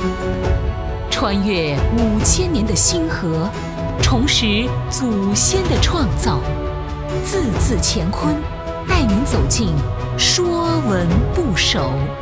穿越5000年的星河，重拾祖先的创造，字字乾坤，带您走进《说文不首》。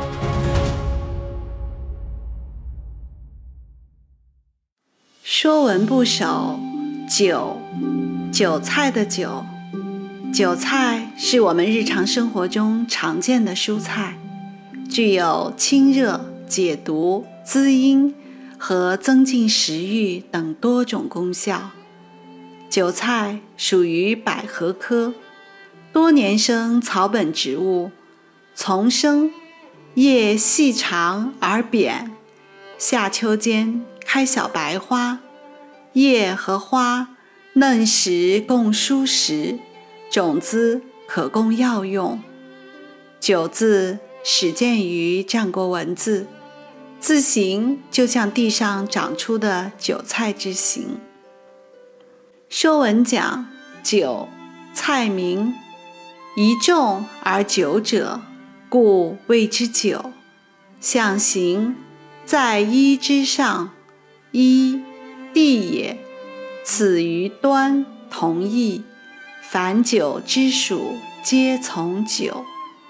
说文不首，韭，韭菜的韭。韭菜是我们日常生活中常见的蔬菜，具有清热、解毒、滋阴和增进食欲等多种功效。韭菜属于百合科，多年生草本植物，丛生，叶细长而扁，夏秋间开小白花，叶和花嫩时供蔬食，种子可供药用。韭字始见于战国文字，字形就像地上长出的韭菜之形。说文讲韭，菜名，宜种而久者，故谓之韭。象形，在一之上，一，地也，此于端，同义。凡韭之属，皆从韭。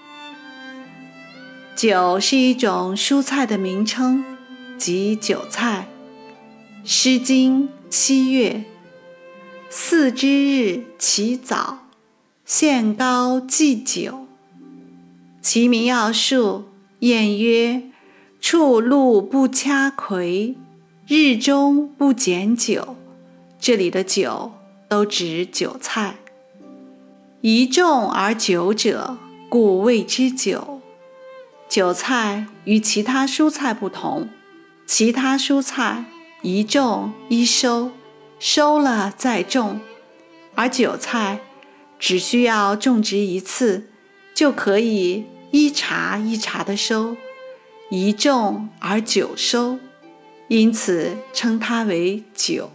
韭是一种蔬菜的名称，即韭菜。诗经7月，巳之日其早，献膏祭韭。其名要术，谚曰：处路不掐葵，日中不减韭。这里的韭都指韭菜。宜种而久者，故谓之韭。韭菜与其他蔬菜不同，其他蔬菜一种一收，收了再种，而韭菜只需要种植一次，就可以一茬一茬的收，一种而久收，因此称它为韭。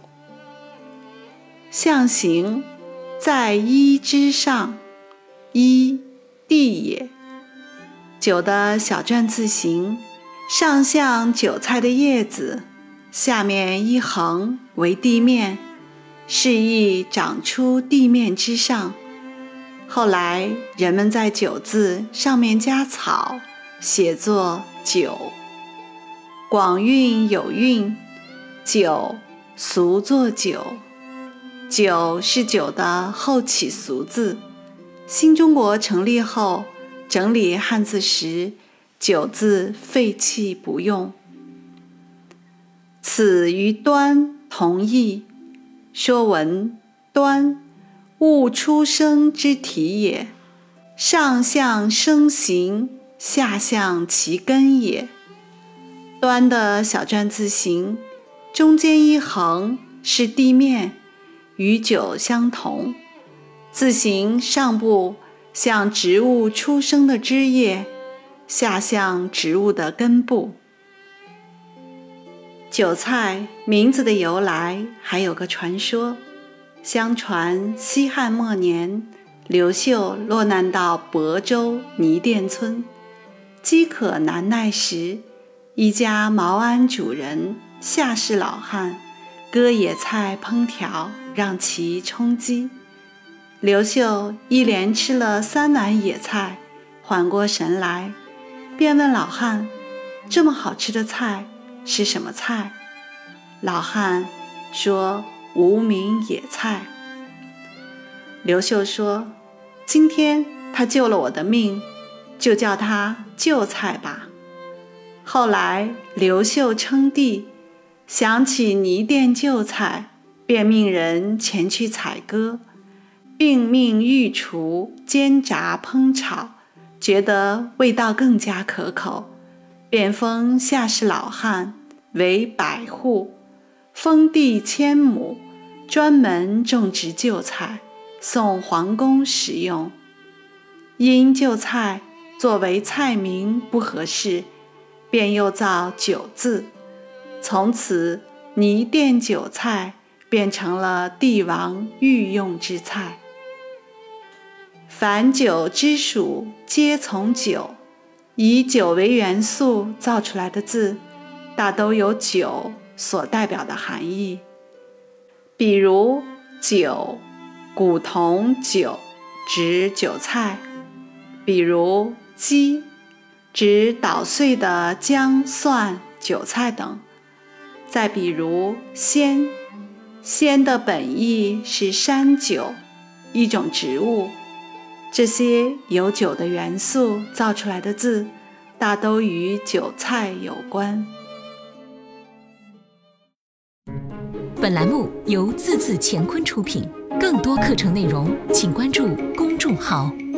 象形，在一之上，一，地也。韭的小篆字形，上像韭菜的叶子，下面一横为地面，示意长出地面之上。后来人们在韭字上面加草，写作韭。广韵有韵，韭俗作酒。韭是酒的后起俗字。新中国成立后，整理汉字时，韭字废弃不用。此于端，同义。说文，端，物出生之体也，上象生形，下象其根也。端的小篆字形，中间一横是地面，与韭相同。字形上部像植物出生的枝叶，下像植物的根部。韭菜名字的由来还有个传说。相传西汉末年，刘秀落难到亳州泥店村，饥渴难耐时，一家茅庵主人夏氏老汉割野菜烹调，让其充饥。刘秀一连吃了3碗野菜，缓过神来，便问老汉：这么好吃的菜是什么菜？老汉说：无名野菜。刘秀说：今天他救了我的命，就叫他救菜吧。后来刘秀称帝，想起泥店救菜，便命人前去采割，并命御厨煎炸烹炒，觉得味道更加可口，便封夏氏老汉为百户，封地1000亩，专门种植韭菜，送皇宫食用。因韭菜作为菜名不合适，便又造韭字，从此泥店韭菜变成了帝王御用之菜。凡韭之属，皆从韭。以韭为元素造出来的字， 大都有酒所代表的含义。比如韭，古同韭，指韭菜；比如鸡，指捣碎的姜、蒜、韭菜等。再比如鲜，鲜的本意是山韭，一种植物。这些有酒的元素造出来的字，大都与韭菜有关。 本栏目由字字乾坤出品，更多课程内容请关注公众号